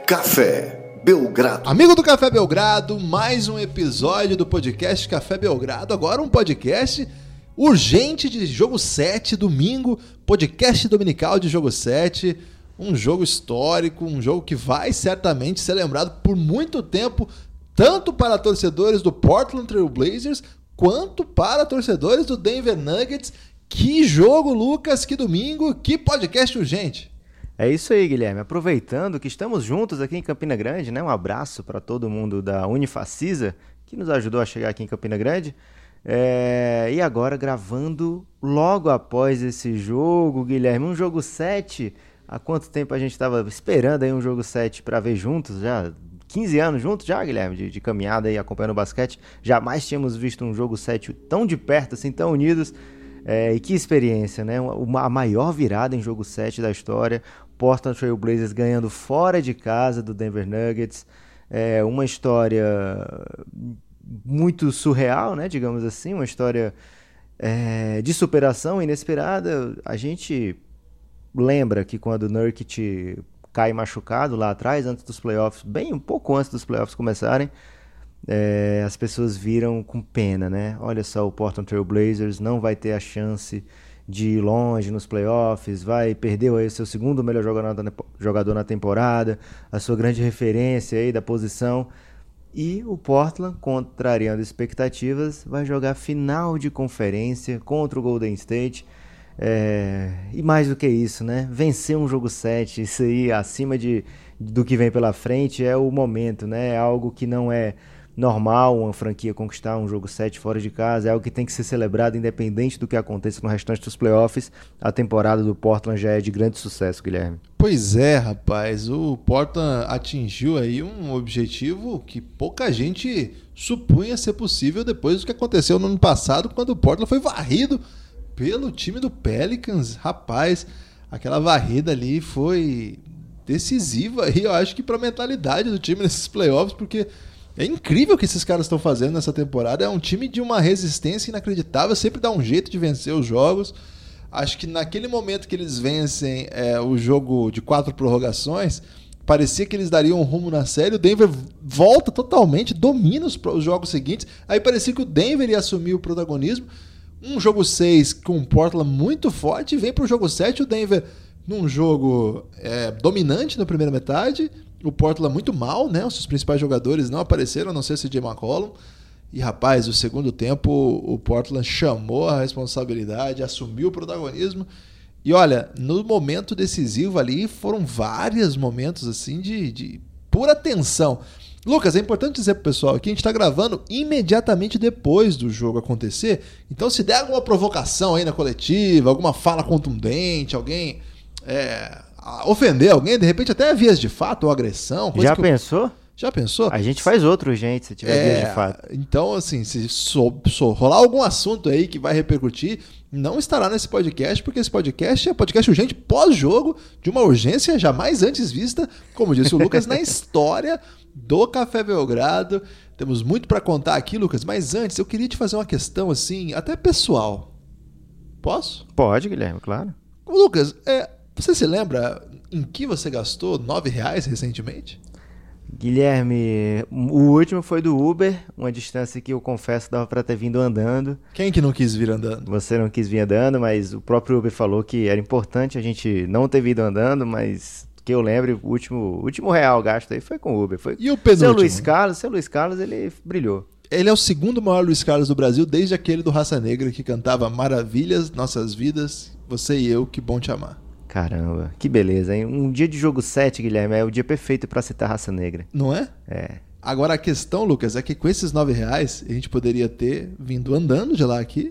Café Belgrado. Amigo do Café Belgrado, mais um episódio do podcast Café Belgrado. Agora um podcast urgente de Jogo 7, domingo, podcast dominical de Jogo 7. Um jogo histórico, um jogo que vai certamente ser lembrado por muito tempo, tanto para torcedores do Portland Trail Blazers, quanto para torcedores do Denver Nuggets. Que jogo, Lucas, que domingo, que podcast urgente. É isso aí, Guilherme. Aproveitando que estamos juntos aqui em Campina Grande, né? Um abraço para todo mundo da Unifacisa, que nos ajudou a chegar aqui em Campina Grande. E agora gravando logo após esse jogo, Guilherme, um jogo 7. Há quanto tempo a gente estava esperando aí um jogo 7 para ver juntos? Já 15 anos juntos já, Guilherme, de caminhada aí acompanhando o basquete. Jamais tínhamos visto um jogo 7 tão de perto, assim, tão unidos. E que experiência, né? A maior virada em jogo 7 da história. Portland Trail Blazers ganhando fora de casa do Denver Nuggets. Uma história muito surreal, né? Digamos assim. Uma história de superação inesperada. A gente lembra que quando o Nurkic cai machucado lá atrás, antes dos playoffs, bem um pouco antes dos playoffs começarem, as pessoas viram com pena, né? Olha só, o Portland Trail Blazers não vai ter a chance de ir longe nos playoffs, perdeu aí seu segundo melhor jogador na temporada, a sua grande referência aí da posição, e o Portland, contrariando expectativas, vai jogar final de conferência contra o Golden State. E mais do que isso, né? Vencer um jogo 7, isso aí acima do que vem pela frente é o momento, né? É algo que não é normal uma franquia conquistar um jogo 7 fora de casa, é algo que tem que ser celebrado independente do que aconteça no restante dos playoffs. A temporada do Portland já é de grande sucesso, Guilherme. Pois é, rapaz, o Portland atingiu aí um objetivo que pouca gente supunha ser possível depois do que aconteceu no ano passado, quando o Portland foi varrido pelo time do Pelicans. Rapaz, aquela varrida ali foi decisiva e eu acho que para a mentalidade do time nesses playoffs, porque é incrível o que esses caras estão fazendo nessa temporada. É um time de uma resistência inacreditável, sempre dá um jeito de vencer os jogos. Acho que naquele momento que eles vencem o jogo de 4 prorrogações, parecia que eles dariam um rumo na série. O Denver volta totalmente, domina os jogos seguintes. Aí parecia que o Denver ia assumir o protagonismo. Um jogo 6 com o Portland muito forte, e vem para o jogo 7 o Denver num jogo dominante na primeira metade, o Portland muito mal, né? Os seus principais jogadores não apareceram, a não ser CJ McCollum. E, rapaz, o segundo tempo o Portland chamou a responsabilidade, assumiu o protagonismo. E, olha, no momento decisivo ali, foram vários momentos assim de pura tensão. Lucas, é importante dizer pro pessoal que a gente está gravando imediatamente depois do jogo acontecer. Então, se der alguma provocação aí na coletiva, alguma fala contundente, alguém ofender alguém, de repente até vias de fato ou agressão. Já pensou? Já pensou? A gente faz outro, gente, se tiver vias de fato. Então, assim, se rolar algum assunto aí que vai repercutir, não estará nesse podcast, porque esse podcast é podcast urgente pós-jogo, de uma urgência jamais antes vista, como disse o Lucas, na história do Café Belgrado. Temos muito para contar aqui, Lucas, mas antes eu queria te fazer uma questão assim, até pessoal. Posso? Pode, Guilherme, claro. Lucas, você se lembra em que você gastou R$9 recentemente? Guilherme, o último foi do Uber, uma distância que eu confesso dava para ter vindo andando. Quem que não quis vir andando? Você não quis vir andando, mas o próprio Uber falou que era importante a gente não ter vindo andando, mas que eu lembro, o último real gasto aí foi com o Uber. E o penúltimo? Seu Luiz Carlos, ele brilhou. Ele é o segundo maior Luiz Carlos do Brasil, desde aquele do Raça Negra que cantava Maravilhas, Nossas Vidas, Você e Eu, Que Bom Te Amar. Caramba, que beleza, hein? Um dia de jogo 7, Guilherme, é o dia perfeito para citar Raça Negra. Não é? É. Agora a questão, Lucas, é que com esses R$9 a gente poderia ter vindo andando de lá aqui.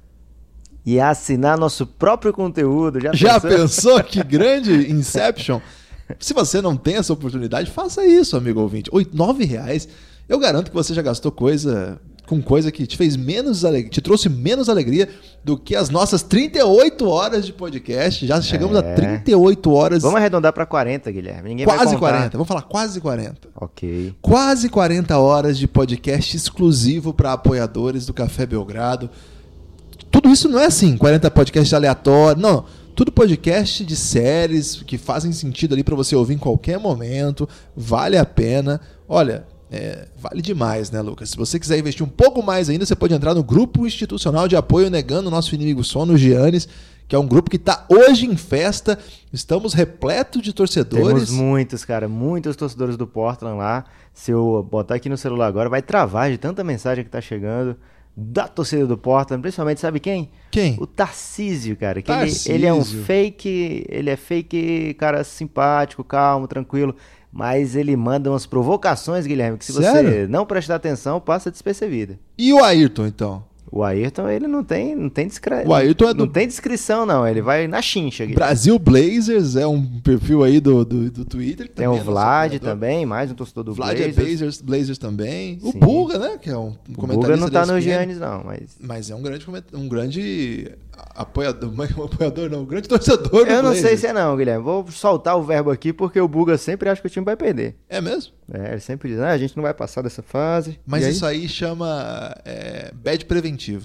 E assinar nosso próprio conteúdo. Já pensou? Que grande Inception? Se você não tem essa oportunidade, faça isso, amigo ouvinte. R$9, eu garanto que você já gastou com coisa que te fez te trouxe menos alegria do que as nossas 38 horas de podcast. Já chegamos a 38 horas. Vamos arredondar para 40, Guilherme. Ninguém quase vai contar. 40. Vamos falar quase 40. Ok. Quase 40 horas de podcast exclusivo para apoiadores do Café Belgrado. Tudo isso não é assim, 40 podcasts aleatórios. Não. Tudo podcast de séries que fazem sentido ali para você ouvir em qualquer momento. Vale a pena. Olha, vale demais, né, Lucas? Se você quiser investir um pouco mais ainda, você pode entrar no Grupo Institucional de Apoio Negando o Nosso Inimigo Sono, o Giannis, que é um grupo que está hoje em festa. Estamos repletos de torcedores. Temos muitos, cara, muitos torcedores do Portland lá. Se eu botar aqui no celular agora, vai travar de tanta mensagem que tá chegando da torcida do Portland, principalmente, sabe quem? Quem? O Tarcísio, cara. Que Tarcísio. Ele é um fake, ele é fake, cara, simpático, calmo, tranquilo. Mas ele manda umas provocações, Guilherme, que se Sério? você não prestar atenção, passa despercebida. E o Ayrton, então? O Ayrton, ele não tem O Ayrton é do não tem descrição, não. Ele vai na chincha, Guilherme. Brasil Blazers, é um perfil aí do Twitter. Que Tem também o é Vlad nosso também, mais um torcedor do Vlad Blazers. é Blazers também. O Sim. Buga, né? Que é um O comentarista Guga não tá da no ESPN. Giannis, não, mas... Mas é um grande apoiador, um grande torcedor do Eu não sei Blazers. se é não, Guilherme. Vou soltar o verbo aqui porque o Buga sempre acha que o time vai perder. É mesmo? Ele sempre diz, a gente não vai passar dessa fase. Mas E aí? isso aí chama bad preventiva.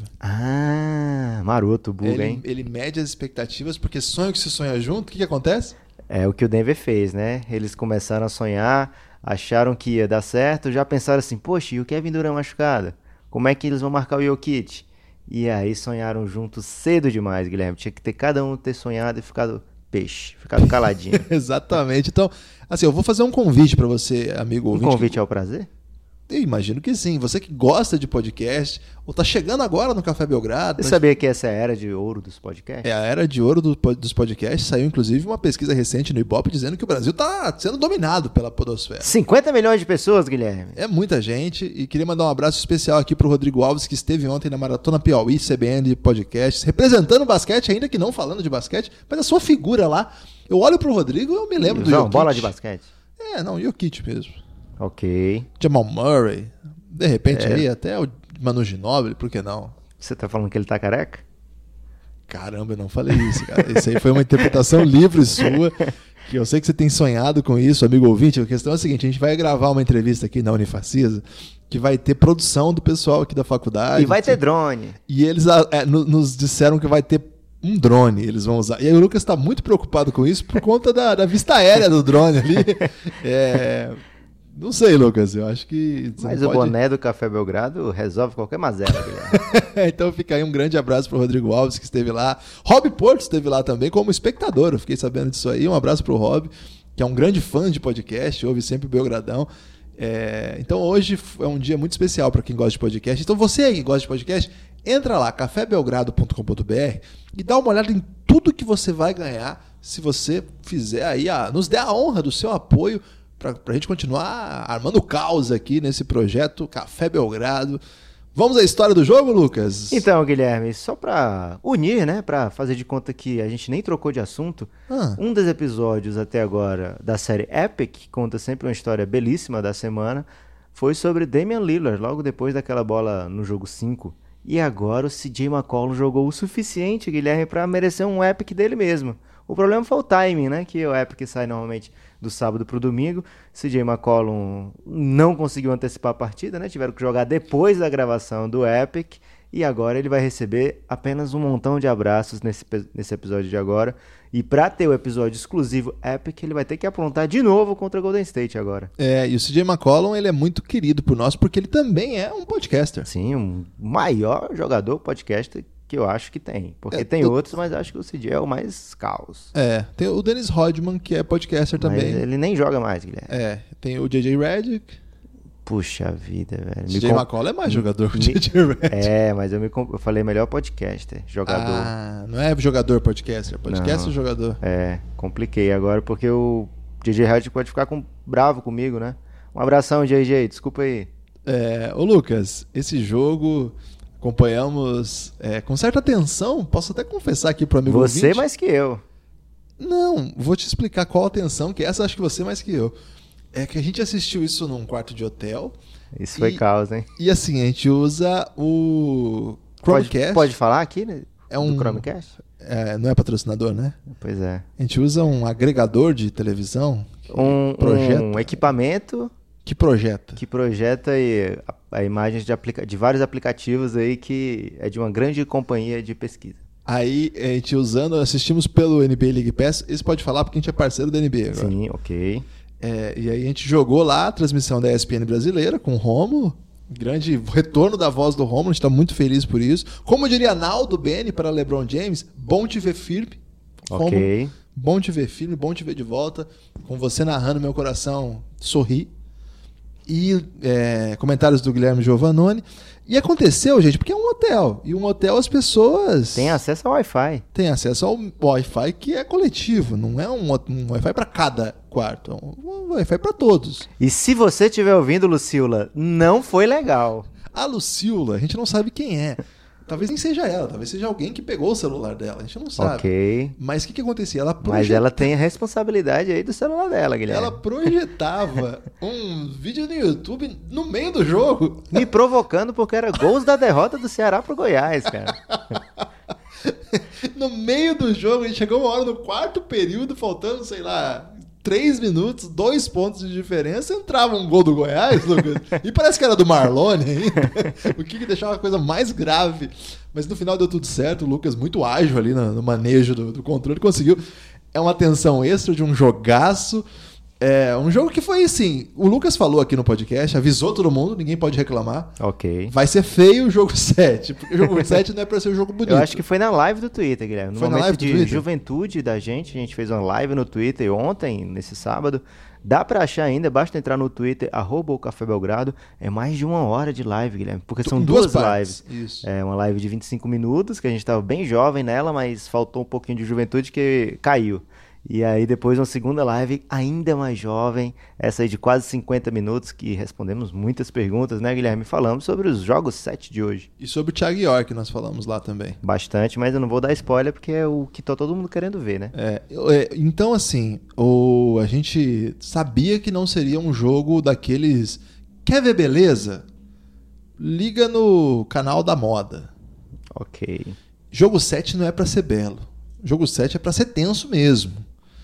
Ah, maroto o Buga, hein? Ele mede as expectativas, porque sonho que se sonha junto, o que acontece? É o que o Denver fez, né? Eles começaram a sonhar, acharam que ia dar certo, já pensaram assim, poxa, e o Kevin Durant machucado? Como é que eles vão marcar o Jokic? E aí sonharam juntos cedo demais, Guilherme. Tinha que ter cada um ter sonhado e ficado peixe, ficado caladinho. Exatamente. Então, assim, eu vou fazer um convite para você, amigo Um ouvinte. convite ao prazer? Eu imagino que sim. Você que gosta de podcast, ou tá chegando agora no Café Belgrado. Você sabia que essa é a era de ouro dos podcasts? É a era de ouro dos podcasts. Saiu, inclusive, uma pesquisa recente no Ibope dizendo que o Brasil tá sendo dominado pela podosfera. 50 milhões de pessoas, Guilherme. É muita gente. E queria mandar um abraço especial aqui pro Rodrigo Alves, que esteve ontem na Maratona Piauí, CBN de Podcasts, representando o basquete, ainda que não falando de basquete, mas a sua figura lá. Eu olho pro Rodrigo e eu me lembro do Jokic. Bola de basquete. Não, Jokic mesmo. Ok. Jamal Murray. De repente aí até o Manu Ginóbili, por que não? Você tá falando que ele tá careca? Caramba, eu não falei isso, cara. Isso aí foi uma interpretação livre sua, que eu sei que você tem sonhado com isso, amigo ouvinte. A questão é a seguinte, a gente vai gravar uma entrevista aqui na Unifacisa, que vai ter produção do pessoal aqui da faculdade. E vai ter drone. E eles nos disseram que vai ter um drone, eles vão usar. E aí o Lucas está muito preocupado com isso por conta da vista aérea do drone ali. Não sei, Lucas, eu acho que... Mas o boné do Café Belgrado resolve qualquer mazela, Guilherme. Então fica aí um grande abraço pro Rodrigo Alves, que esteve lá. Rob Porto esteve lá também como espectador, eu fiquei sabendo disso aí. Um abraço pro Rob, que é um grande fã de podcast, ouve sempre o Belgradão. Então hoje é um dia muito especial para quem gosta de podcast. Então você aí que gosta de podcast, entra lá, cafébelgrado.com.br e dá uma olhada em tudo que você vai ganhar se você fizer aí, nos der a honra do seu apoio para a gente continuar armando caos aqui nesse projeto Café Belgrado. Vamos à história do jogo, Lucas? Então, Guilherme, só pra unir, né, pra fazer de conta que a gente nem trocou de assunto, um dos episódios até agora da série Epic, que conta sempre uma história belíssima da semana, foi sobre Damian Lillard, logo depois daquela bola no jogo 5. E agora o CJ McCollum jogou o suficiente, Guilherme, pra merecer um Epic dele mesmo. O problema foi o timing, né, que o Epic sai normalmente do sábado pro domingo. CJ McCollum não conseguiu antecipar a partida, né? Tiveram que jogar depois da gravação do Epic. E agora ele vai receber apenas um montão de abraços nesse episódio de agora. E para ter o episódio exclusivo Epic, ele vai ter que aprontar de novo contra Golden State agora. E o CJ McCollum, ele é muito querido por nós, porque ele também é um podcaster. Sim, um maior jogador podcaster que eu acho que tem. Porque tem outros, mas acho que o CJ é o mais caos. Tem o Dennis Rodman, que é podcaster mas também. ele nem joga mais, Guilherme. Tem o JJ Redick. Puxa vida, velho. CJ McCollum é mais jogador que o JJ Redick. Mas eu falei melhor podcaster, jogador. Não é jogador podcaster, podcaster jogador. Compliquei agora, porque o JJ Redick pode ficar bravo comigo, né? Um abração, JJ, desculpa aí. Ô Lucas, esse jogo... acompanhamos com certa atenção, posso até confessar aqui pro amigo Você ouvinte. mais que eu. Não, vou te explicar qual a atenção, que essa acho que você mais que eu. É que a gente assistiu isso num quarto de hotel. Isso foi caos, hein? E assim, a gente usa o Chromecast. Pode falar aqui, né? Do Chromecast? Não é patrocinador, né? Pois é. A gente usa um agregador de televisão. Um equipamento... Que projeta a imagem de vários aplicativos aí que é de uma grande companhia de pesquisa. Aí a gente assistimos pelo NBA League Pass. Esse pode falar porque a gente é parceiro da NBA agora. Sim, ok. E aí a gente jogou lá a transmissão da ESPN brasileira com o Romulo. Grande retorno da voz do Romulo, a gente está muito feliz por isso. Como diria Naldo Bene para LeBron James, bom te ver firme. Ok. Romulo, bom te ver firme, bom te ver de volta. Com você narrando, meu coração sorri. E comentários do Guilherme Giovannone. E aconteceu, gente, porque é um hotel. E um hotel as pessoas... Tem acesso ao Wi-Fi. Tem acesso ao Wi-Fi que é coletivo. Não é um Wi-Fi para cada quarto. É um Wi-Fi para todos. E se você estiver ouvindo, Lucila, não foi legal. A Lucila, a gente não sabe quem é. Talvez nem seja ela, talvez seja alguém que pegou o celular dela, a gente não sabe. Ok. Mas o que acontecia? Mas ela tem a responsabilidade aí do celular dela, Guilherme. Ela projetava um vídeo no YouTube no meio do jogo. Me provocando porque era gols da derrota do Ceará pro Goiás, cara. No meio do jogo, a gente chegou uma hora no quarto período, faltando, sei lá, 3 minutos, 2 pontos de diferença, entrava um gol do Goiás, Lucas. E parece que era do Marlone ainda, o que deixava a coisa mais grave. Mas no final deu tudo certo, o Lucas muito ágil ali no manejo do controle, conseguiu. É uma tensão extra de um jogaço. É um jogo que foi assim, o Lucas falou aqui no podcast, avisou todo mundo, ninguém pode reclamar. Ok. Vai ser feio o jogo 7, porque o jogo 7 não é pra ser um jogo bonito. Eu acho que foi na live do Twitter, Guilherme. No foi momento na live do de Twitter? juventude da gente, a gente fez uma live no Twitter ontem, nesse sábado. Dá pra achar ainda, basta entrar no Twitter, @o Café Belgrado. É mais de 1 hora de live, Guilherme, porque são duas lives. Isso. É uma live de 25 minutos, que a gente tava bem jovem nela, mas faltou um pouquinho de juventude que caiu. E aí depois uma segunda live ainda mais jovem, essa aí de quase 50 minutos, que respondemos muitas perguntas, né, Guilherme? Falamos sobre os jogos 7 de hoje. E sobre o Thiago York nós falamos lá também. Bastante, mas eu não vou dar spoiler porque é o que tá todo mundo querendo ver, né? Então assim, a gente sabia que não seria um jogo daqueles... Quer ver beleza? Liga no canal da moda. Ok. Jogo 7 não é pra ser belo. Jogo 7 é pra ser tenso mesmo.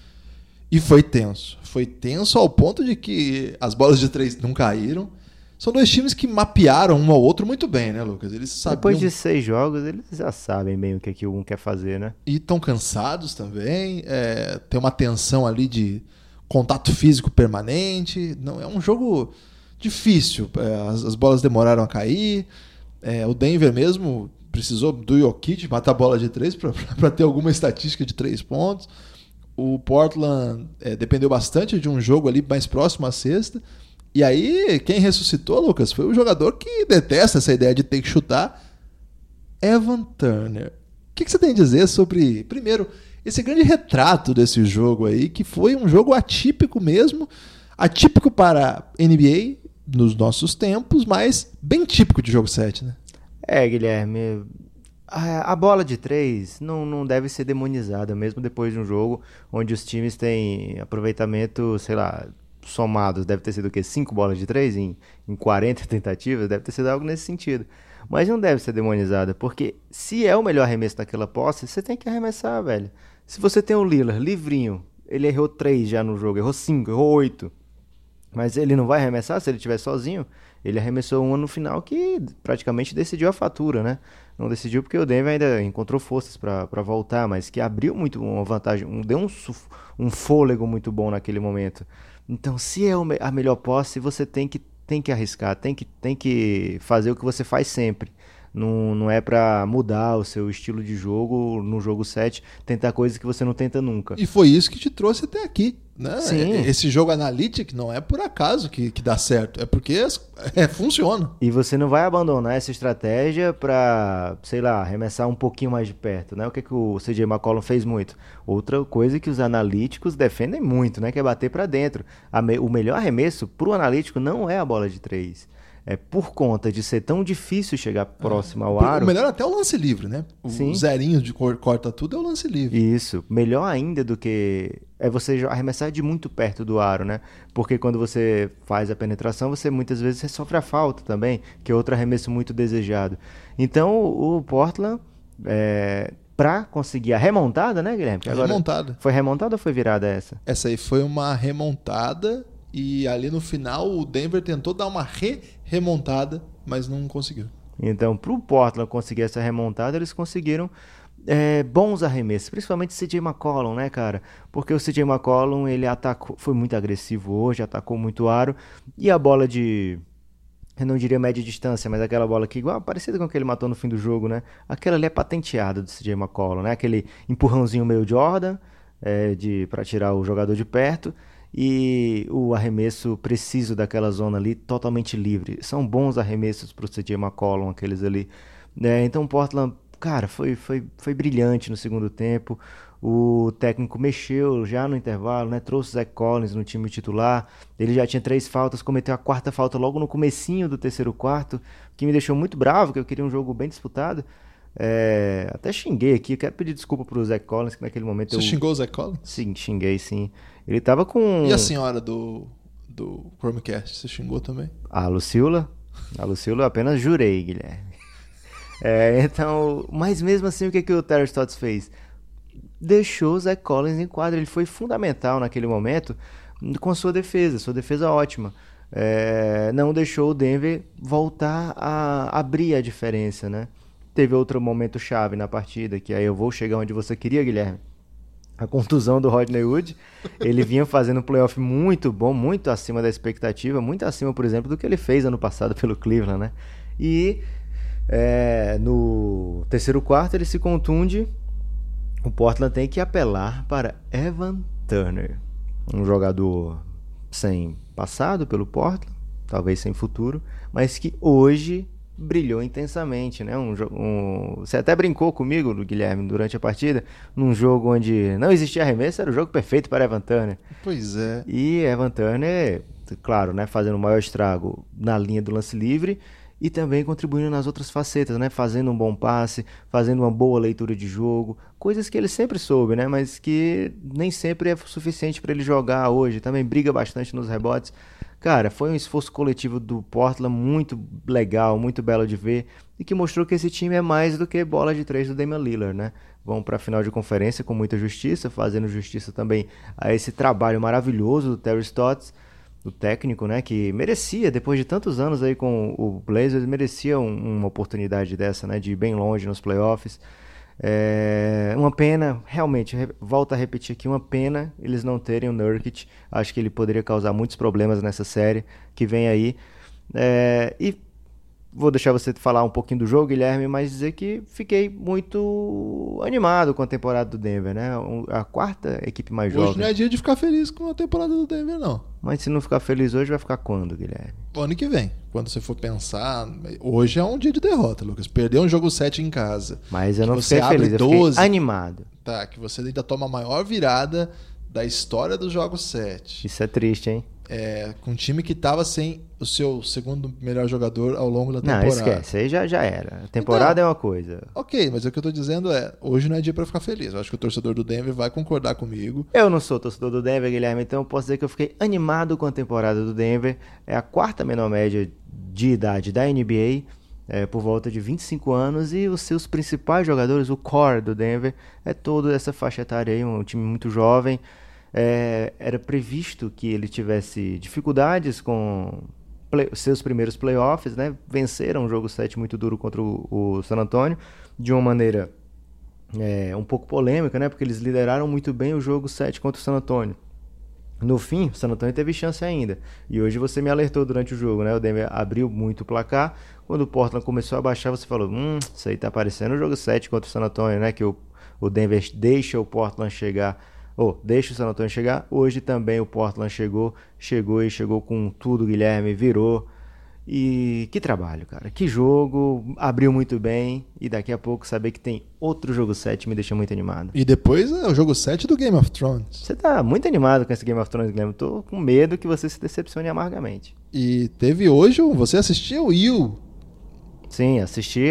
E foi tenso. Foi tenso ao ponto de que as bolas de 3 não caíram. São dois times que mapearam um ao outro muito bem, né, Lucas? Eles sabiam... Depois de 6 jogos, eles já sabem bem o que um quer fazer, né? E estão cansados também. Tem uma tensão ali de contato físico permanente. Não, é um jogo difícil. As bolas demoraram a cair. O Denver mesmo precisou do Jokic matar a bola de 3 para ter alguma estatística de 3 pontos. O Portland dependeu bastante de um jogo ali mais próximo à sexta. E aí, quem ressuscitou, Lucas, foi o jogador que detesta essa ideia de ter que chutar, Evan Turner. O que você tem a dizer sobre, primeiro, esse grande retrato desse jogo aí, que foi um jogo atípico mesmo, atípico para NBA nos nossos tempos, mas bem típico de jogo 7, né? Guilherme... A bola de 3 não deve ser demonizada, mesmo depois de um jogo onde os times têm aproveitamento, sei lá, somados, deve ter sido o quê? 5 bolas de 3 em 40 tentativas? Deve ter sido algo nesse sentido. Mas não deve ser demonizada, porque se é o melhor arremesso naquela posse, você tem que arremessar, velho. Se você tem o Lillard livrinho, ele errou 3 já no jogo, errou 5, errou 8, mas ele não vai arremessar se ele estiver sozinho? Ele arremessou uma no final que praticamente decidiu a fatura, né? Não decidiu porque o Denver ainda encontrou forças para voltar, mas que abriu muito uma vantagem, deu um fôlego muito bom naquele momento. Então, se é a melhor posse, você tem que arriscar, tem que fazer o que você faz sempre. Não é para mudar o seu estilo de jogo no jogo 7, tentar coisas que você não tenta nunca. E foi isso que te trouxe até aqui, né? Sim. Esse jogo analytic não é por acaso que dá certo, é porque funciona. E você não vai abandonar essa estratégia para, sei lá, arremessar um pouquinho mais de perto, né? O que o CJ McCollum fez muito? Outra coisa que os analíticos defendem muito, né? Que é bater para dentro. O melhor arremesso pro analítico não é a bola de 3. É por conta de ser tão difícil chegar próximo ao aro. O melhor até o lance livre, né? Sim. O zerinho de corta tudo é o lance livre. Isso. Melhor ainda do que é você arremessar de muito perto do aro, né? Porque quando você faz a penetração, você muitas vezes sofre a falta também, que é outro arremesso muito desejado. Então, o Portland, para conseguir a remontada, né, Guilherme? Agora, remontada. Foi remontada ou foi virada essa? Essa aí foi uma remontada. E ali no final o Denver tentou dar uma remontada, mas não conseguiu. Então, para o Portland conseguir essa remontada, eles conseguiram bons arremessos, principalmente o CJ McCollum, né, cara? Porque o CJ McCollum, ele atacou, foi muito agressivo hoje, atacou muito aro, e a bola eu não diria média distância, mas aquela bola que igual parecida com a que ele matou no fim do jogo, né? Aquela ali é patenteada do CJ McCollum, né? Aquele empurrãozinho meio Jordan, para tirar o jogador de perto, e o arremesso preciso daquela zona ali, totalmente livre. São bons arremessos pro CJ McCollum, aqueles ali. Então o Portland, cara, foi brilhante no segundo tempo. O técnico mexeu já no intervalo, né? Trouxe o Zach Collins no time titular. Ele já tinha 3 faltas, cometeu a 4ª falta logo no comecinho do terceiro quarto, que me deixou muito bravo, porque eu queria um jogo bem disputado. Até xinguei aqui, quero pedir desculpa pro Zach Collins, que naquele momento Você xingou o Zach Collins? Sim, xinguei, sim. Ele tava com... E a senhora do Chromecast, você xingou também? A Lucila? A Lucila eu apenas jurei, Guilherme. Então, mas mesmo assim, o que o Terry Stotts fez? Deixou o Zach Collins em quadra. Ele foi fundamental naquele momento com sua defesa ótima. Não deixou o Denver voltar a abrir a diferença, né? Teve outro momento chave na partida, que aí eu vou chegar onde você queria, Guilherme. A contusão do Rodney Hood. Ele vinha fazendo um playoff muito bom, muito acima da expectativa, muito acima, por exemplo, do que ele fez ano passado pelo Cleveland, né? E no terceiro quarto ele se contunde. O Portland tem que apelar para Evan Turner, um jogador sem passado pelo Portland, talvez sem futuro, mas que hoje brilhou intensamente, né? Você até brincou comigo, Guilherme, durante a partida, num jogo onde não existia arremesso, era o jogo perfeito para Evan Turner. Pois é. E Evan Turner, claro, né, fazendo o maior estrago na linha do lance livre, e também contribuindo nas outras facetas, né? Fazendo um bom passe, fazendo uma boa leitura de jogo, coisas que ele sempre soube, né? Mas que nem sempre é suficiente para ele jogar hoje. Também briga bastante nos rebotes. Cara, foi um esforço coletivo do Portland muito legal, muito belo de ver, e que mostrou que esse time é mais do que bola de 3 do Damian Lillard, né? Vão para a final de conferência com muita justiça, fazendo justiça também a esse trabalho maravilhoso do Terry Stotts, do técnico, né, que merecia, depois de tantos anos aí com o Blazers, merecia uma oportunidade dessa, né, de ir bem longe nos playoffs. Uma pena, realmente, volto a repetir aqui, uma pena eles não terem o Nurkic. Acho que ele poderia causar muitos problemas nessa série que vem aí. E vou deixar você falar um pouquinho do jogo, Guilherme, mas dizer que fiquei muito animado com a temporada do Denver, né? A 4ª equipe mais jovem. Hoje não é dia de ficar feliz com a temporada do Denver, não. Mas se não ficar feliz hoje, vai ficar quando, Guilherme? O ano que vem. Quando você for pensar... Hoje é um dia de derrota, Lucas. Perdeu um jogo 7 em casa. Mas eu não fiquei feliz, eu fiquei animado. Tá, que você ainda toma a maior virada da história dos jogos 7. Isso é triste, hein? Com um time que estava sem o seu segundo melhor jogador ao longo da temporada. Não, esquece, aí já era. A temporada então, é uma coisa. Ok, mas o que eu tô dizendo hoje não é dia pra ficar feliz. Eu acho que o torcedor do Denver vai concordar comigo. Eu não sou torcedor do Denver, Guilherme, então eu posso dizer que eu fiquei animado com a temporada do Denver. É a 4ª menor média de idade da NBA, por volta de 25 anos, e os seus principais jogadores, o core do Denver, é toda essa faixa etária aí, um time muito jovem. Era previsto que ele tivesse dificuldades com seus primeiros playoffs, né? Venceram um jogo 7 muito duro contra o San Antonio, de uma maneira um pouco polêmica, né? Porque eles lideraram muito bem o jogo 7 contra o San Antonio. No fim, o San Antonio teve chance ainda. E hoje você me alertou durante o jogo, né? O Denver abriu muito o placar. Quando o Portland começou a baixar, você falou, isso aí tá parecendo o jogo 7 contra o San Antonio, né? Que o Denver deixa o Portland chegar... deixa o San Antonio chegar. Hoje também o Portland chegou com tudo, Guilherme, virou. E que trabalho, cara. Que jogo, abriu muito bem. E daqui a pouco saber que tem outro jogo 7 me deixa muito animado. E depois é o jogo 7 do Game of Thrones. Você tá muito animado com esse Game of Thrones, Guilherme. Tô com medo que você se decepcione amargamente. E teve hoje, você assistiu o You? Sim, assisti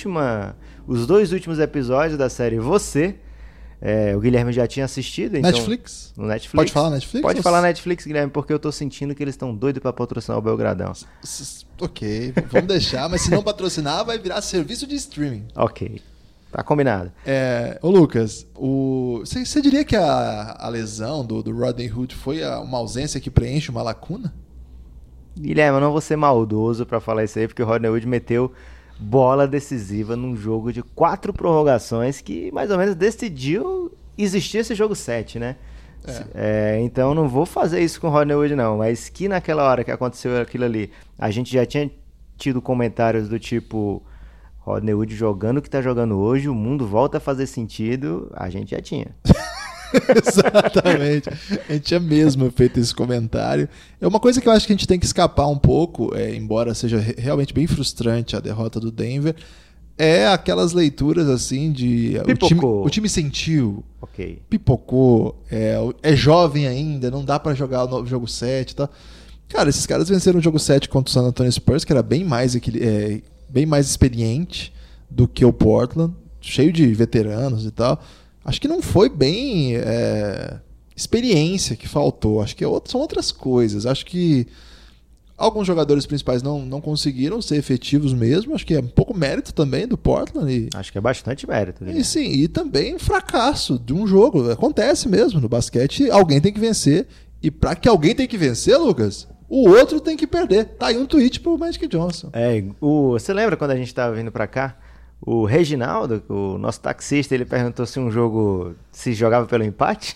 os 2 últimos episódios da série Você. O Guilherme já tinha assistido, então... Netflix? No Netflix. Pode falar Netflix? Pode falar Netflix, Guilherme, porque eu tô sentindo que eles estão doidos pra patrocinar o Belgradão. Ok, vamos deixar, mas se não patrocinar, vai virar serviço de streaming. Ok, tá combinado. Ô Lucas, você diria que a lesão do Rodney Hood foi uma ausência que preenche uma lacuna? Guilherme, eu não vou ser maldoso pra falar isso aí, porque o Rodney Hood meteu bola decisiva num jogo de 4 prorrogações que mais ou menos decidiu existir esse jogo 7, né? Então não vou fazer isso com o Rodney Wood não, mas que naquela hora que aconteceu aquilo ali, a gente já tinha tido comentários do tipo, Rodney Wood jogando o que tá jogando hoje, o mundo volta a fazer sentido, a gente já tinha. Exatamente. A gente tinha mesmo feito esse comentário. É uma coisa que eu acho que a gente tem que escapar um pouco, embora seja realmente bem frustrante a derrota do Denver, é aquelas leituras assim de o time sentiu, pipocou, é jovem ainda, não dá pra jogar o jogo 7 e tal. Cara, esses caras venceram o jogo 7 contra o San Antonio Spurs, que era bem mais experiente do que o Portland, cheio de veteranos e tal. Acho que não foi bem experiência que faltou. Acho que são outras coisas. Acho que alguns jogadores principais não conseguiram ser efetivos mesmo. Acho que é um pouco mérito também do Portland. Acho que é bastante mérito. E sim, e também fracasso de um jogo. Acontece mesmo no basquete. Alguém tem que vencer. E para que alguém tem que vencer, Lucas, o outro tem que perder. Tá aí um tweet pro Magic Johnson. Você lembra quando a gente tava vindo para cá? O Reginaldo, o nosso taxista, ele perguntou se um jogo se jogava pelo empate.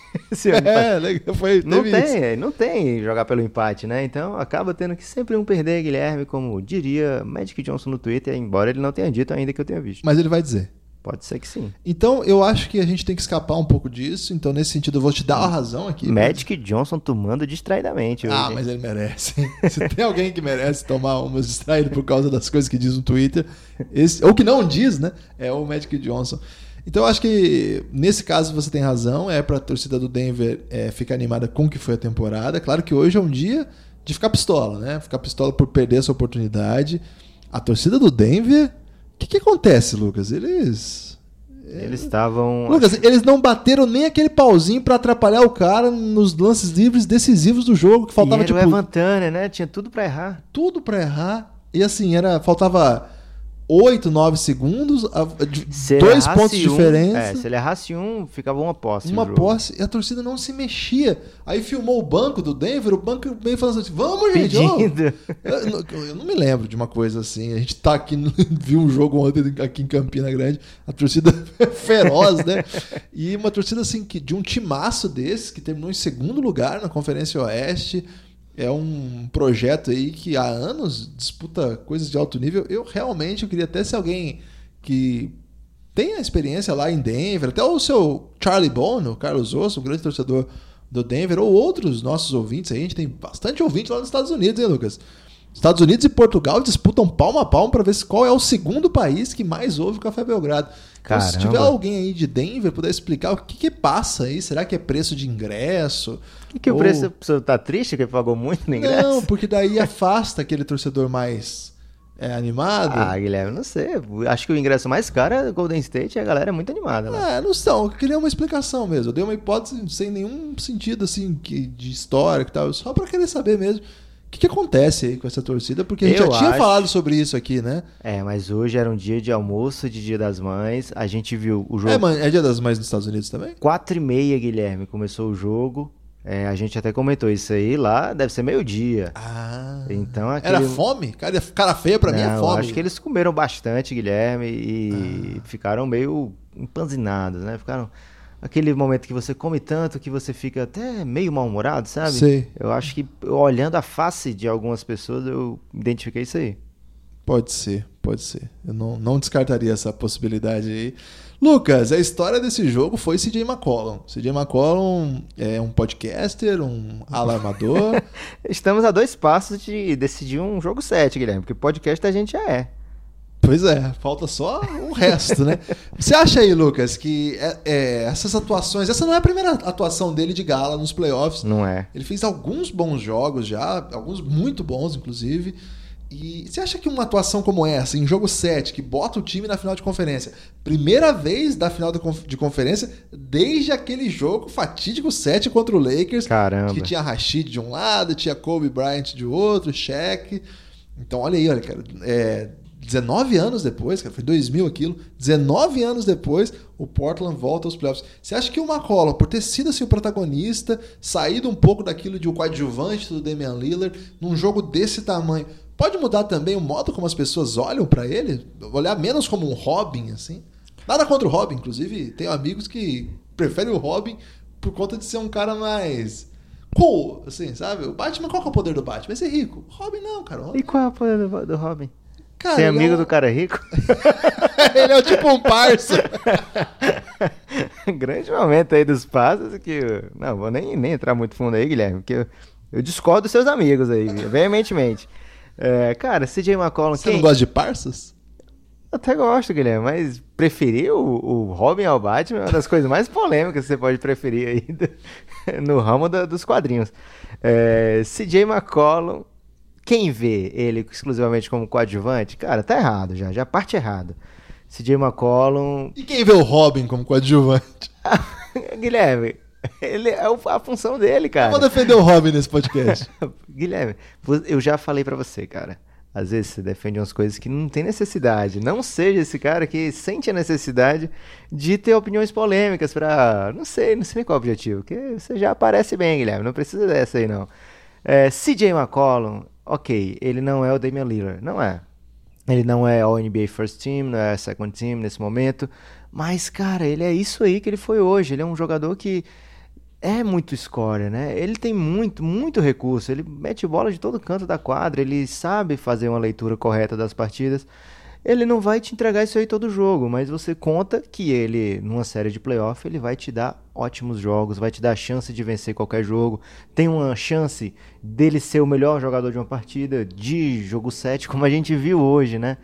Não tem jogar pelo empate, né? Então acaba tendo que sempre um perder, Guilherme, como diria Magic Johnson no Twitter, embora ele não tenha dito ainda que eu tenha visto. Mas ele vai dizer. Pode ser que sim. Então eu acho que a gente tem que escapar um pouco disso. Então nesse sentido eu vou te dar a razão aqui. Magic Johnson tomando distraidamente hoje. Mas ele merece. Se tem alguém que merece tomar umas distraídas por causa das coisas que diz no Twitter, ou que não diz, né? É o Magic Johnson. Então eu acho que nesse caso você tem razão. É pra torcida do Denver ficar animada com o que foi a temporada. Claro que hoje é um dia de ficar pistola, né? Ficar pistola por perder essa oportunidade. A torcida do Denver... O que acontece, Lucas? Eles estavam... Lucas, eles não bateram nem aquele pauzinho pra atrapalhar o cara nos lances livres decisivos do jogo, que faltava o Evan Turner, né? Tinha tudo pra errar. Tudo pra errar. E assim, faltava 8, 9 segundos, 2 pontos de diferença. Se ele errasse ficava uma posse. Uma posse, e a torcida não se mexia. Aí filmou o banco do Denver, o banco meio falando assim, vamos, gente! Eu não me lembro de uma coisa assim. A gente tá aqui, viu um jogo ontem aqui em Campina Grande, a torcida feroz, né? E uma torcida assim, de um timaço desse, que terminou em segundo lugar na Conferência Oeste. É um projeto aí que há anos disputa coisas de alto nível. Eu queria até ser alguém que tenha experiência lá em Denver, até o seu Charlie Bono, o Carlos Osso, um grande torcedor do Denver, ou outros nossos ouvintes aí. A gente tem bastante ouvinte lá nos Estados Unidos, hein, Lucas? Estados Unidos e Portugal disputam palmo a palmo para ver qual é o segundo país que mais ouve o Café Belgrado. Então, se tiver alguém aí de Denver, puder explicar o que passa aí, será que é preço de ingresso? O preço, a pessoa tá triste que ele pagou muito no ingresso? Não, porque daí afasta aquele torcedor mais animado. Guilherme, não sei. Acho que o ingresso mais caro é Golden State e a galera é muito animada lá. Não são. Eu queria uma explicação mesmo. Eu dei uma hipótese sem nenhum sentido assim de história e tal, só para querer saber mesmo. O que acontece aí com essa torcida? Porque a gente já tinha falado sobre isso aqui, né? Mas hoje era um dia de almoço, de Dia das Mães. A gente viu o jogo... É Dia das Mães nos Estados Unidos também? 4h30, Guilherme, começou o jogo. A gente até comentou isso aí. Lá deve ser meio-dia. Então, era fome? Cara feia pra mim é fome. Acho que eles comeram bastante, Guilherme, e ficaram meio empanzinados, né? Ficaram... Aquele momento que você come tanto que você fica até meio mal-humorado, sabe? Sei. Eu acho que, olhando a face de algumas pessoas, eu identifiquei isso aí. Pode ser. Eu não descartaria essa possibilidade aí. Lucas, a história desse jogo foi CJ McCollum. CJ McCollum é um podcaster, um alarmador. Estamos a 2 passos de decidir um jogo 7, Guilherme, porque podcast a gente já é. Pois é, falta só o resto, né? Você acha aí, Lucas, que essas atuações... Essa não é a primeira atuação dele de gala nos playoffs. Não é. Ele fez alguns bons jogos já, alguns muito bons, inclusive. E você acha que uma atuação como essa, em jogo 7, que bota o time na final de conferência, primeira vez da final de conferência, desde aquele jogo fatídico 7 contra o Lakers, caramba, que tinha Rashid de um lado, tinha Kobe Bryant de outro, Shaq. Então, olha aí, cara... 19 anos depois, cara, foi 2000 aquilo, 19 anos depois, o Portland volta aos playoffs. Você acha que o McCollum, por ter sido assim, o protagonista, saído um pouco daquilo de o coadjuvante do Damian Lillard, num jogo desse tamanho, Pode mudar também o modo como as pessoas olham pra ele? Olhar menos como um Robin, assim? Nada contra o Robin, inclusive tenho amigos que preferem o Robin por conta de ser um cara mais cool, assim, sabe? O Batman, qual que é o poder do Batman? É ser rico. O Robin não, cara. E qual é o poder do Robin? Cara, ser amigo do cara rico? Ele é tipo um parça. Grande momento aí dos passos que... Não, vou nem entrar muito fundo aí, Guilherme, porque eu discordo dos seus amigos aí, veementemente. Cara, CJ McCollum... Você não gosta de parças? Eu até gosto, Guilherme, mas preferir o Robin ao Batman é uma das coisas mais polêmicas que você pode preferir aí no ramo dos quadrinhos. CJ McCollum, quem vê ele exclusivamente como coadjuvante, cara, tá errado já parte errado. CJ McCollum... E quem vê o Robin como coadjuvante? Guilherme, ele é a função dele, cara. Eu vou defender o Robin nesse podcast. Guilherme, eu já falei pra você, cara. Às vezes você defende umas coisas que não tem necessidade. Não seja esse cara que sente a necessidade de ter opiniões polêmicas pra... Não sei nem qual é o objetivo. Porque você já aparece bem, Guilherme. Não precisa dessa aí, não. CJ McCollum, ok, ele não é o Damian Lillard. Não é. Ele não é All-NBA First Team, não é Second Team nesse momento. Mas, cara, ele é isso aí que ele foi hoje. Ele é um jogador que é muito scorer, né? Ele tem muito recurso. Ele mete bola de todo canto da quadra. Ele sabe fazer uma leitura correta das partidas. Ele não vai te entregar isso aí todo jogo, mas você conta que ele, numa série de playoff, ele vai te dar ótimos jogos, vai te dar a chance de vencer qualquer jogo. Tem uma chance dele ser o melhor jogador de uma partida, de jogo 7, como a gente viu hoje, né?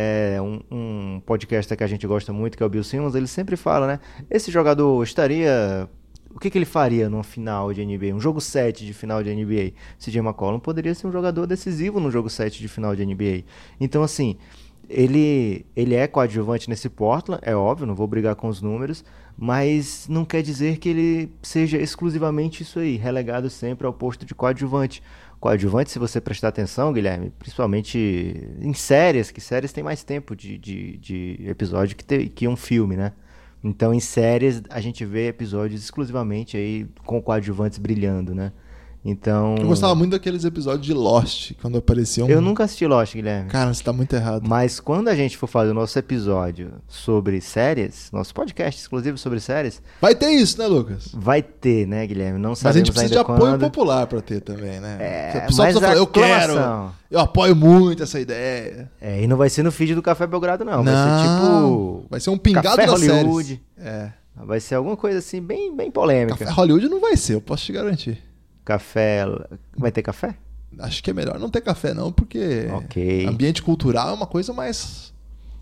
Um podcaster que a gente gosta muito, que é o Bill Simmons, ele sempre fala, né? Esse jogador estaria... O que ele faria numa final de NBA? Um jogo 7 de final de NBA? CJ McCollum poderia ser um jogador decisivo no jogo 7 de final de NBA. Então, assim, ele é coadjuvante nesse Portland, é óbvio, não vou brigar com os números, mas não quer dizer que ele seja exclusivamente isso aí, relegado sempre ao posto de coadjuvante. Coadjuvante, se você prestar atenção, Guilherme, principalmente em séries, que séries tem mais tempo de episódio que um filme, né? Então, em séries, a gente vê episódios exclusivamente aí com coadjuvantes brilhando, né? Então... Eu gostava muito daqueles episódios de Lost, quando apareciam... Eu nunca assisti Lost, Guilherme. Cara, você tá muito errado. Mas quando a gente for fazer o nosso episódio sobre séries, nosso podcast exclusivo sobre séries... Vai ter isso, né, Lucas? Vai ter, né, Guilherme? Não sabemos ainda. Mas a gente precisa de apoio popular pra ter também, né? A pessoa precisa falar, eu quero, eu apoio muito essa ideia. E não vai ser no feed do Café Belgrado, não. Vai ser tipo... Vai ser um pingado Café da Hollywood. Séries. Vai ser alguma coisa assim, bem polêmica. Café Hollywood não vai ser, eu posso te garantir. Café... Vai ter café? Acho que é melhor não ter café, não, porque ambiente cultural é uma coisa mais...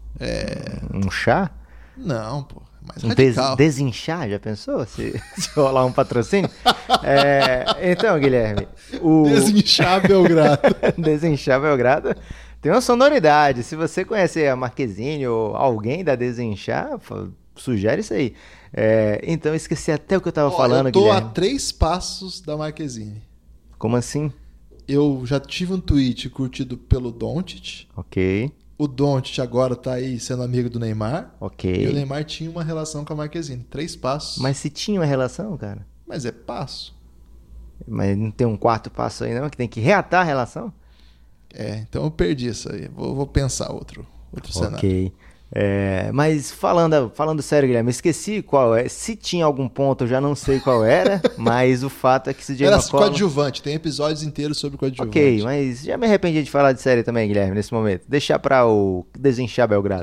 Um chá? Não, pô. Mais radical. Desinchar, já pensou? Se rolar um patrocínio? Então, Guilherme... Desinchar Belgrado. Desinchar Belgrado tem uma sonoridade. Se você conhecer a Marquezine ou alguém da Desinchar, sugere isso aí. Então, eu esqueci até o que eu tava falando, Guilherme. Eu tô a 3 passos da Marquezine. Como assim? Eu já tive um tweet curtido pelo Doncic. Ok. O Doncic agora tá aí sendo amigo do Neymar. Ok. E o Neymar tinha uma relação com a Marquezine. 3 passos. Mas se tinha uma relação, cara? Mas é passo. Mas não tem um 4 passo aí não, que tem que reatar a relação? Então eu perdi isso aí. Vou pensar outro cenário. Ok. Mas falando sério, Guilherme, esqueci qual é. Se tinha algum ponto, eu já não sei qual era, mas o fato é que CJ McCollum... coadjuvante, tem episódios inteiros sobre coadjuvante. Ok, mas já me arrependi de falar de série também, Guilherme, nesse momento. Deixar para o Desinchar Belgrado.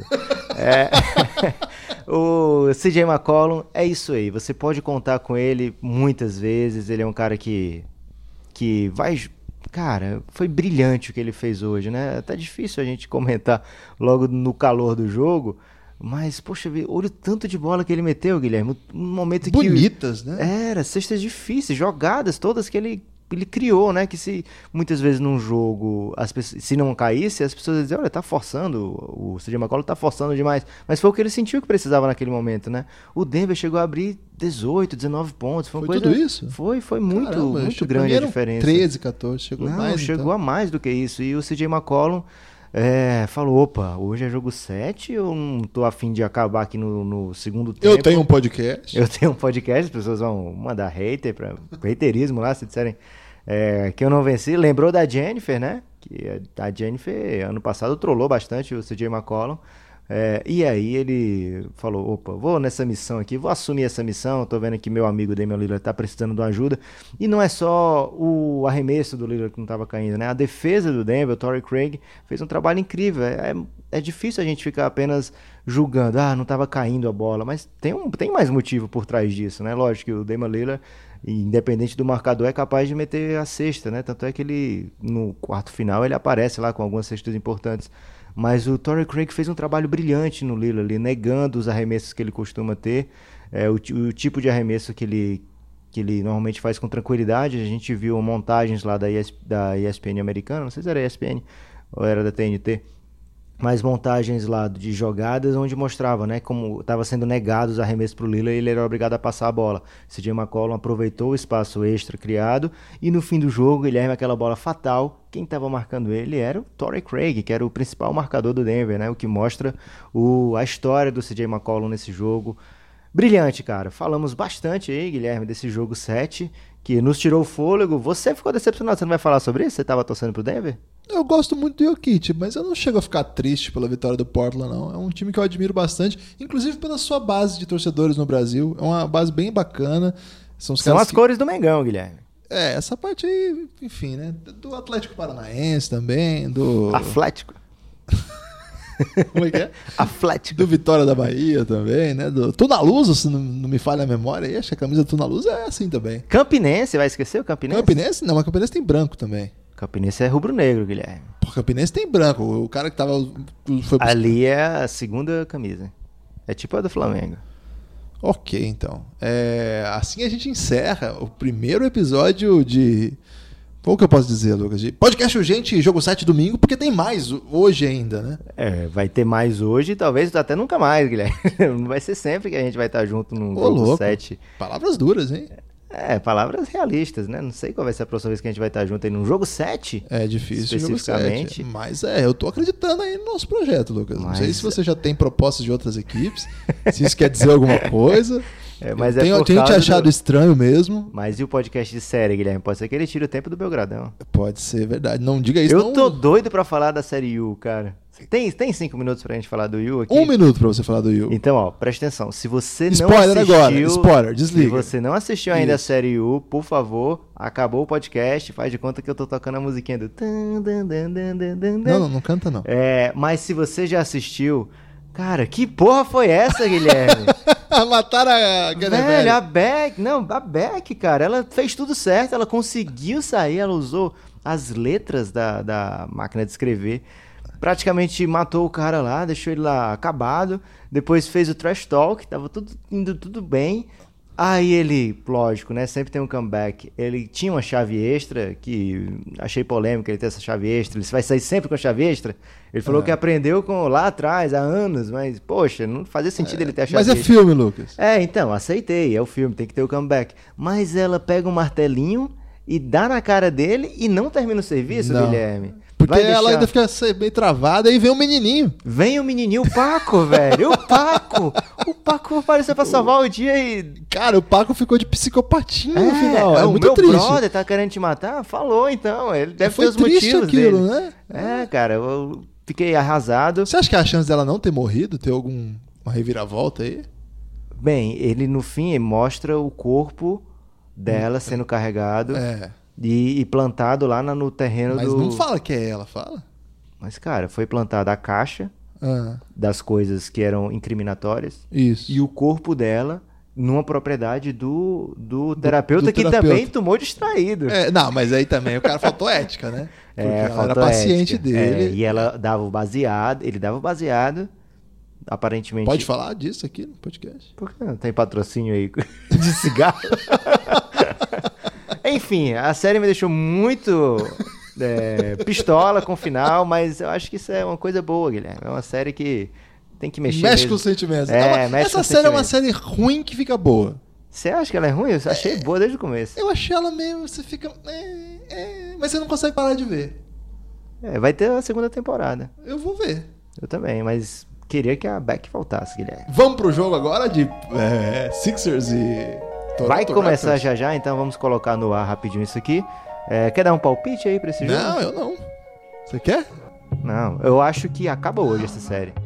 O CJ McCollum é isso aí, você pode contar com ele muitas vezes, ele é um cara que vai... Cara, foi brilhante o que ele fez hoje, né? Tá difícil a gente comentar logo no calor do jogo, mas, poxa, olha o tanto de bola que ele meteu, Guilherme. Um momento bonitas, né? Cestas difíceis, jogadas todas que ele criou, né? Que se muitas vezes num jogo, se não caísse, as pessoas diziam, olha, tá forçando, o CJ McCollum tá forçando demais. Mas foi o que ele sentiu que precisava naquele momento, né? O Denver chegou a abrir 18, 19 pontos. Foi tudo isso? Foi muito grande a diferença. 13, 14, chegou a mais do que isso. E o CJ McCollum falou, opa, hoje é jogo 7, eu não tô afim de acabar aqui no segundo tempo. Eu tenho um podcast, as pessoas vão mandar haterismo lá, se disserem que eu não venci. Lembrou da Jennifer, né? Que a Jennifer, ano passado, trollou bastante o CJ McCollum. E aí ele falou, opa, vou nessa missão aqui, vou assumir essa missão, tô vendo que meu amigo Damian Lillard tá precisando de uma ajuda, e não é só o arremesso do Lillard que não tava caindo, né? A defesa do Denver, o Torrey Craig, fez um trabalho incrível. É difícil a gente ficar apenas julgando, não tava caindo a bola, mas tem mais motivo por trás disso, né? Lógico que o Damian Lillard, independente do marcador, é capaz de meter a cesta, né? Tanto é que ele, no quarto final, ele aparece lá com algumas cestas importantes. Mas o Torrey Craig fez um trabalho brilhante no Lillard ali, negando os arremessos que ele costuma ter, o tipo de arremesso que ele normalmente faz com tranquilidade. A gente viu montagens lá da ESPN americana, não sei se era ESPN ou era da TNT, mas montagens lá de jogadas onde mostrava, né, como estava sendo negado os arremessos para o Lillard e ele era obrigado a passar a bola. CJ McCollum aproveitou o espaço extra criado e no fim do jogo, Guilherme, aquela bola fatal, quem estava marcando ele era o Torrey Craig, que era o principal marcador do Denver, né, o que mostra a história do CJ McCollum nesse jogo. Brilhante, cara. Falamos bastante aí, Guilherme, desse jogo 7, que nos tirou o fôlego. Você ficou decepcionado, você não vai falar sobre isso? Você estava torcendo pro Denver? Eu gosto muito do Jokic, mas eu não chego a ficar triste pela vitória do Portland, não. É um time que eu admiro bastante, inclusive pela sua base de torcedores no Brasil. É uma base bem bacana. São as cores do Mengão, Guilherme. Essa parte aí, enfim, né? Do Atlético Paranaense também, do... Atlético. Como é que é? Atlético. Do Vitória da Bahia também, né? Do Tunaluso, se não me falha a memória. E acho que a camisa do Tunaluso é assim também. Campinense, vai esquecer o Campinense? Campinense? Não, mas Campinense tem branco também. Campinense é rubro-negro, Guilherme. Pô, Campinense tem branco. O cara que tava... Ali é a segunda camisa. É tipo a do Flamengo. Ok, então. Assim a gente encerra o primeiro episódio de... Como que eu posso dizer, Lucas? De podcast Urgente, jogo 7 domingo, porque tem mais hoje ainda, né? Vai ter mais hoje e talvez até nunca mais, Guilherme. Não vai ser sempre que a gente vai estar junto num jogo 7. Palavras duras, hein? Palavras realistas, né? Não sei qual vai ser a próxima vez que a gente vai estar junto aí num jogo 7. É difícil, especificamente. Jogo 7. Mas eu tô acreditando aí no nosso projeto, Lucas. Não sei se você já tem propostas de outras equipes, se isso quer dizer alguma coisa. Tem gente achado estranho mesmo. Mas e o podcast de série, Guilherme? Pode ser que ele tire o tempo do Belgradão. Pode ser verdade. Não diga isso. Eu tô doido pra falar da série U, cara. Tem 5 minutos pra gente falar do Yu aqui? 1 minuto pra você falar do Yu. Então, presta atenção. Se você spoiler não assistiu... agora, spoiler, desliga. Se você não assistiu ainda a série Yu, por favor, acabou o podcast, faz de conta que eu tô tocando a musiquinha do... Não canta não. Mas se você já assistiu... Cara, que porra foi essa, Guilherme? Mataram a Velho, a Beck, cara, ela fez tudo certo, ela conseguiu sair, ela usou as letras da máquina de escrever, praticamente matou o cara lá, deixou ele lá acabado, depois fez o trash talk, tava indo tudo bem. Aí ele, lógico, né, sempre tem um comeback, ele tinha uma chave extra, que achei polêmico ele ter essa chave extra, ele vai sair sempre com a chave extra. Ele falou que aprendeu lá atrás, há anos, mas, poxa, não fazia sentido ele ter a chave extra. Mas é filme, Lucas. Então, aceitei, é o filme, tem que ter o comeback. Mas ela pega um martelinho e dá na cara dele e não termina o serviço, Guilherme. Porque ela ainda fica meio travada e vem um menininho. Vem o menininho, o Paco, velho. O Paco apareceu pra salvar o dia e... Cara, o Paco ficou de psicopatinha no final. É muito meu triste. Brother tá querendo te matar? Falou, então. Ele deve ter os triste motivos aquilo, dele. Né? Cara, eu fiquei arrasado. Você acha que a chance dela não ter morrido, ter alguma reviravolta aí? Bem, ele no fim mostra o corpo dela sendo carregado... E plantado lá no terreno Mas não fala que é ela, fala. Mas, cara, foi plantada a caixa das coisas que eram incriminatórias. Isso. E o corpo dela numa propriedade do terapeuta que também tomou distraído. Não, mas aí também o cara faltou ética, né? Porque ela era paciente ética. dele. E ela dava o baseado, ele dava o baseado, aparentemente... Pode falar disso aqui no podcast? Por que não tem patrocínio aí de cigarro? Enfim, a série me deixou muito pistola com o final, mas eu acho que isso é uma coisa boa, Guilherme. É uma série que tem que mexer. Mexe com os sentimentos. Essa série é uma série ruim que fica boa. Você acha que ela é ruim? Eu achei boa desde o começo. Eu achei ela mesmo, você fica... mas você não consegue parar de ver. Vai ter a segunda temporada. Eu vou ver. Eu também, mas queria que a Beck voltasse, Guilherme. Vamos pro jogo agora de Sixers e... Vai começar já, então vamos colocar no ar rapidinho isso aqui. Quer dar um palpite aí pra esse jogo? Não, eu não. Você quer? Não, eu acho que acaba hoje essa série.